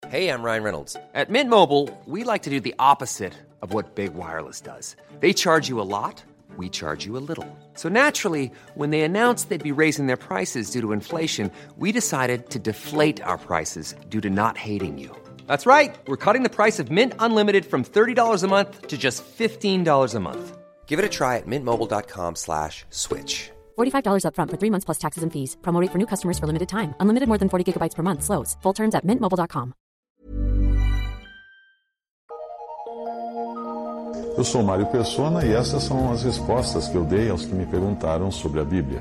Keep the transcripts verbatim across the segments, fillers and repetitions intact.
Hey, I'm Ryan Reynolds. At Mint Mobile, we like to do the opposite of what Big Wireless does. They charge you a lot, we charge you a little. So naturally, when they announced they'd be raising their prices due to inflation, we decided to deflate our prices due to not hating you. That's right. We're cutting the price of Mint Unlimited from thirty dollars a month to just fifteen dollars a month. Give it a try at mintmobile.com slash switch. forty-five dollars up front for three months plus taxes and fees. Promo rate for new customers for limited time. Unlimited more than forty gigabytes per month. Slows full terms at mint mobile dot com. Eu sou Mário Persona e essas são as respostas que eu dei aos que me perguntaram sobre a Bíblia.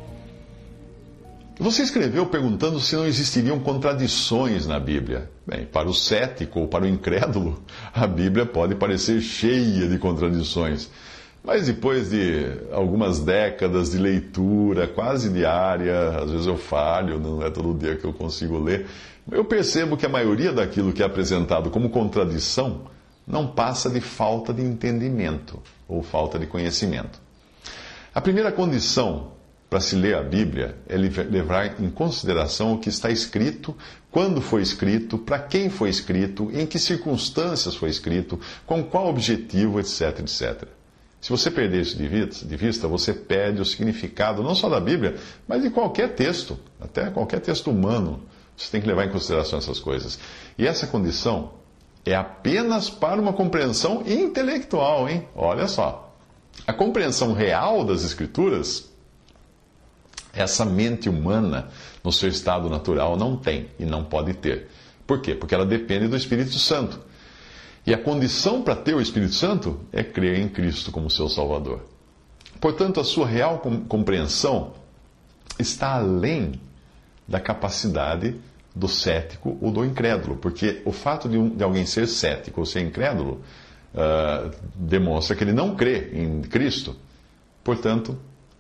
Você escreveu perguntando se não existiriam contradições na Bíblia. Bem, para o cético ou para o incrédulo, a Bíblia pode parecer cheia de contradições. Mas depois de algumas décadas de leitura quase diária, às vezes eu falho, não é todo dia que eu consigo ler, eu percebo que a maioria daquilo que é apresentado como contradição não passa de falta de entendimento ou falta de conhecimento. A primeira condição para se ler a Bíblia é levar em consideração o que está escrito, quando foi escrito, para quem foi escrito, em que circunstâncias foi escrito, com qual objetivo, etc, etcétera. Se você perder isso de vista, você perde o significado não só da Bíblia, mas de qualquer texto, até qualquer texto humano. Você tem que levar em consideração essas coisas. E essa condição é apenas para uma compreensão intelectual, hein? Olha só. A compreensão real das Escrituras, essa mente humana, no seu estado natural, não tem e não pode ter. Por quê? Porque ela depende do Espírito Santo. E a condição para ter o Espírito Santo é crer em Cristo como seu Salvador. Portanto, a sua real compreensão está além da capacidade do cético ou do incrédulo, porque o fato de, um, de alguém ser cético ou ser incrédulo uh, demonstra que ele não crê em Cristo. Portanto,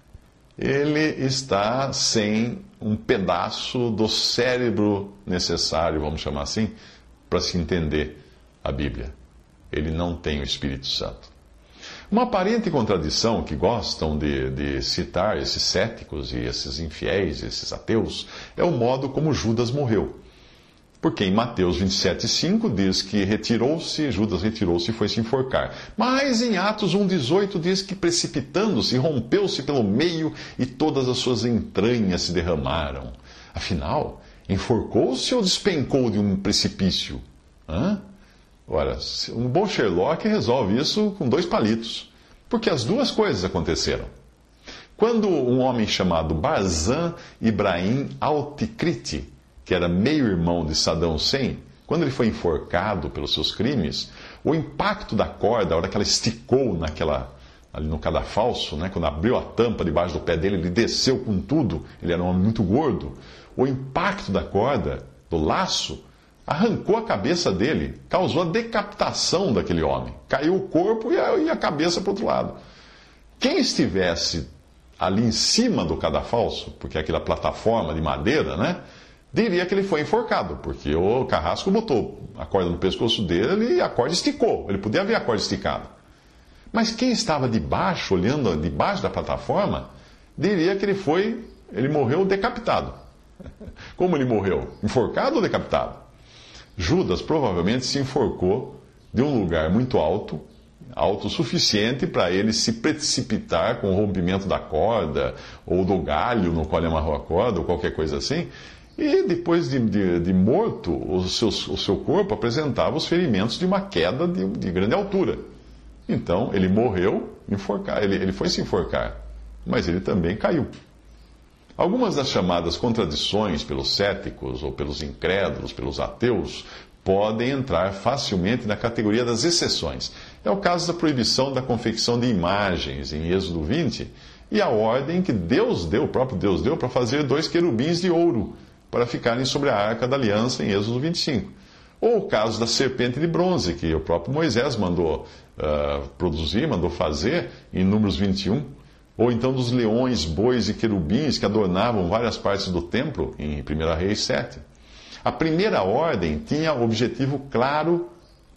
ele está sem um pedaço do cérebro necessário, vamos chamar assim, para se entender a Bíblia. Ele não tem o Espírito Santo. Uma aparente contradição que gostam de, de citar esses céticos e esses infiéis, esses ateus, é o modo como Judas morreu. Porque em Mateus vinte e sete, cinco diz que retirou-se, Judas retirou-se e foi se enforcar. Mas em Atos um, dezoito diz que precipitando-se, rompeu-se pelo meio e todas as suas entranhas se derramaram. Afinal, enforcou-se ou despencou de um precipício? Hã? Ora, um bom Sherlock resolve isso com dois palitos, porque as duas coisas aconteceram. Quando um homem chamado Barzan Ibrahim Altikriti, que era meio-irmão de Saddam Hussein, quando ele foi enforcado pelos seus crimes, o impacto da corda, a hora que ela esticou naquela, ali no cadafalso, né, quando abriu a tampa debaixo do pé dele, ele desceu com tudo, ele era um homem muito gordo, o impacto da corda, do laço, arrancou a cabeça dele, causou a decapitação daquele homem. Caiu o corpo e a, e a cabeça para o outro lado. Quem estivesse ali em cima do cadafalso, porque é aquela plataforma de madeira, né, diria que ele foi enforcado, porque o carrasco botou a corda no pescoço dele e a corda esticou. Ele podia ver a corda esticada. Mas quem estava debaixo, olhando debaixo da plataforma, diria que ele foi, ele morreu decapitado. Como ele morreu? Enforcado ou decapitado? Judas provavelmente se enforcou de um lugar muito alto, alto o suficiente para ele se precipitar com o rompimento da corda, ou do galho no qual ele amarrou a corda, ou qualquer coisa assim, e depois de, de, de morto, o seu, o seu corpo apresentava os ferimentos de uma queda de, de grande altura. Então, ele morreu, enforcar, ele, ele foi se enforcar, mas ele também caiu. Algumas das chamadas contradições pelos céticos, ou pelos incrédulos, pelos ateus, podem entrar facilmente na categoria das exceções. É o caso da proibição da confecção de imagens, em Êxodo vinte, e a ordem que Deus deu, o próprio Deus deu, para fazer dois querubins de ouro, para ficarem sobre a arca da aliança, em Êxodo vinte e cinco. Ou o caso da serpente de bronze, que o próprio Moisés mandou uh, produzir, mandou fazer, em Números vinte e um. Ou então dos leões, bois e querubins que adornavam várias partes do templo, em primeira Reis sete. A primeira ordem tinha o objetivo claro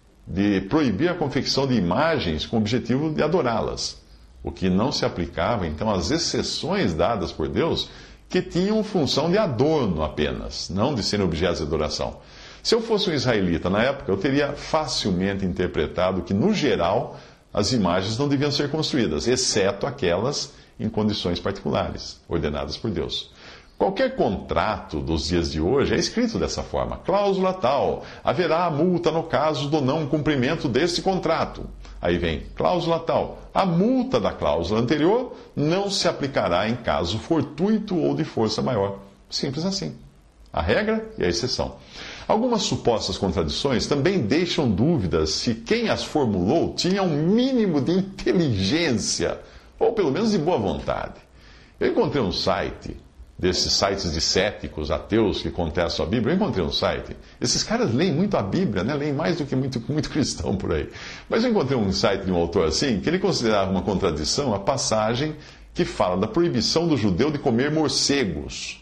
de proibir a confecção de imagens com o objetivo de adorá-las. O que não se aplicava, então, às exceções dadas por Deus, que tinham função de adorno apenas, não de serem objetos de adoração. Se eu fosse um israelita na época, eu teria facilmente interpretado que, no geral, as imagens não deviam ser construídas, exceto aquelas em condições particulares, ordenadas por Deus. Qualquer contrato dos dias de hoje é escrito dessa forma. Cláusula tal, haverá multa no caso do não cumprimento deste contrato. Aí vem, cláusula tal, a multa da cláusula anterior não se aplicará em caso fortuito ou de força maior. Simples assim. A regra e a exceção. Algumas supostas contradições também deixam dúvidas se quem as formulou tinha um mínimo de inteligência, ou pelo menos de boa vontade. Eu encontrei um site, desses sites de céticos, ateus que contestam a Bíblia, eu encontrei um site. Esses caras leem muito a Bíblia, né? Leem mais do que muito, muito cristão por aí. Mas eu encontrei um site de um autor assim, que ele considerava uma contradição a passagem que fala da proibição do judeu de comer morcegos.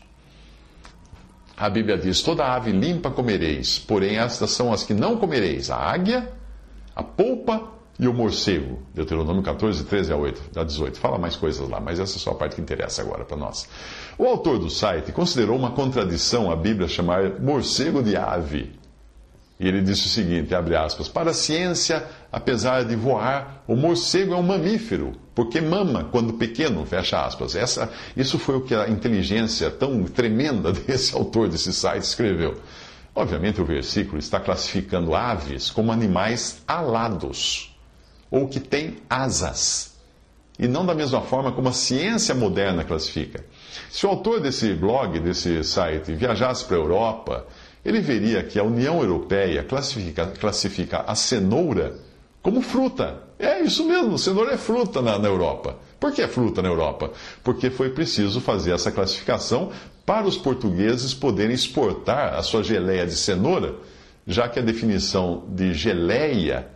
A Bíblia diz, toda ave limpa comereis, porém estas são as que não comereis, a águia, a polpa e o morcego. Deuteronômio catorze, treze a oito, a dezoito. Fala mais coisas lá, mas essa é só a parte que interessa agora para nós. O autor do site considerou uma contradição a Bíblia chamar morcego de ave. E ele disse o seguinte, abre aspas, para a ciência, apesar de voar, o morcego é um mamífero, porque mama quando pequeno, fecha aspas. Essa, isso foi o que a inteligência tão tremenda desse autor desse site escreveu. Obviamente o versículo está classificando aves como animais alados, ou que têm asas, e não da mesma forma como a ciência moderna classifica. Se o autor desse blog, desse site, viajasse para a Europa, ele veria que a União Europeia classifica, classifica a cenoura como fruta. É isso mesmo, cenoura é fruta na, na Europa. Por que é fruta na Europa? Porque foi preciso fazer essa classificação para os portugueses poderem exportar a sua geleia de cenoura, já que a definição de geleia,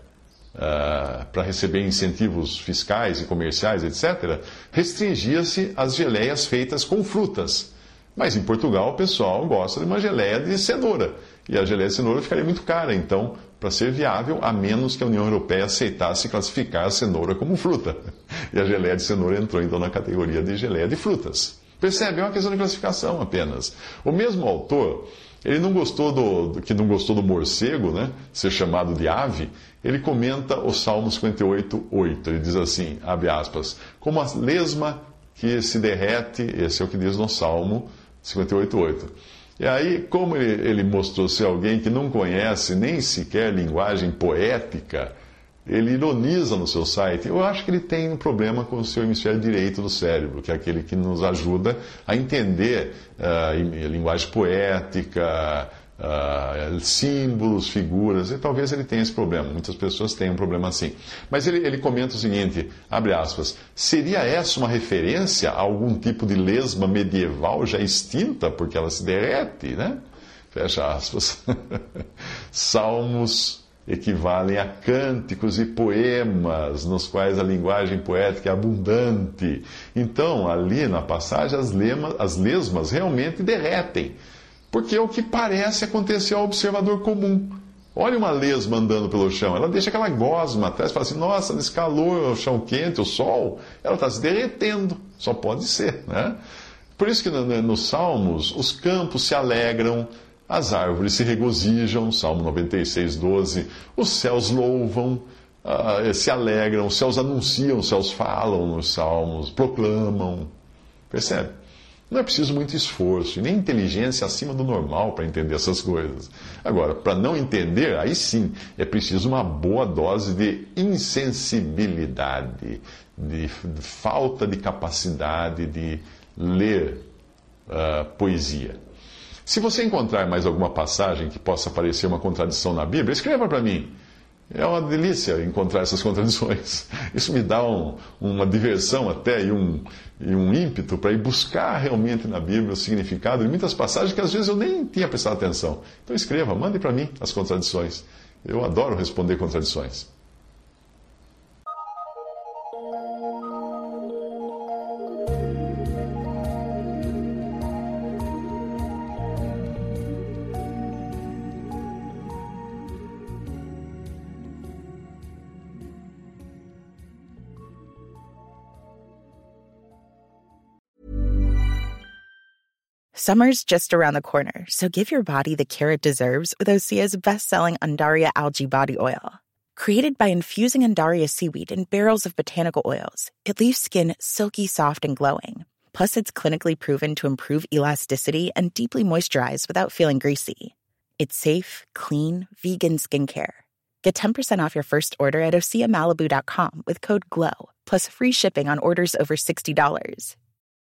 uh, para receber incentivos fiscais e comerciais, etcétera, restringia-se às geleias feitas com frutas. Mas em Portugal o pessoal gosta de uma geleia de cenoura. E a geleia de cenoura ficaria muito cara, então, para ser viável, a menos que a União Europeia aceitasse classificar a cenoura como fruta. E a geleia de cenoura entrou, então, na categoria de geleia de frutas. Percebe? É uma questão de classificação apenas. O mesmo autor, ele não gostou do, que não gostou do morcego, né, ser chamado de ave, ele comenta o Salmo cinquenta e oito, oito. Ele diz assim, abre aspas, como a lesma que se derrete, esse é o que diz no Salmo cinquenta e oito, oito. E aí, como ele, ele mostrou ser alguém que não conhece nem sequer linguagem poética, ele ironiza no seu site. Eu acho que ele tem um problema com o seu hemisfério direito do cérebro, que é aquele que nos ajuda a entender uh, linguagem poética, uh, símbolos, figuras, e talvez ele tenha esse problema. Muitas pessoas têm um problema assim. Mas ele, ele comenta o seguinte, abre aspas, seria essa uma referência a algum tipo de lesma medieval já extinta, porque ela se derrete, né? Fecha aspas. Salmos equivalem a cânticos e poemas, nos quais a linguagem poética é abundante. Então, ali na passagem, as, lema, as lesmas realmente derretem, porque é o que parece acontecer ao observador comum. Olha uma lesma andando pelo chão, ela deixa aquela gosma atrás, fala assim, nossa, nesse calor, o chão quente, o sol, ela está se derretendo. Só pode ser, né? Por isso que nos Salmos, os campos se alegram, as árvores se regozijam, Salmo noventa e seis, doze. Os céus louvam, uh, se alegram, os céus anunciam, os céus falam nos salmos, proclamam. Percebe? Não é preciso muito esforço e nem inteligência acima do normal para entender essas coisas. Agora, para não entender, aí sim, é preciso uma boa dose de insensibilidade, de, de falta de capacidade de ler uh, poesia. Se você encontrar mais alguma passagem que possa parecer uma contradição na Bíblia, escreva para mim. É uma delícia encontrar essas contradições. Isso me dá um, uma diversão até e um, e um ímpeto para ir buscar realmente na Bíblia o significado de muitas passagens que às vezes eu nem tinha prestado atenção. Então escreva, mande para mim as contradições. Eu adoro responder contradições. Summer's just around the corner, so give your body the care it deserves with Osea's best-selling Undaria Algae Body Oil. Created by infusing Undaria seaweed in barrels of botanical oils, it leaves skin silky soft and glowing. Plus, it's clinically proven to improve elasticity and deeply moisturize without feeling greasy. It's safe, clean, vegan skincare. Get ten percent off your first order at osea malibu dot com with code GLOW, plus free shipping on orders over sixty dollars.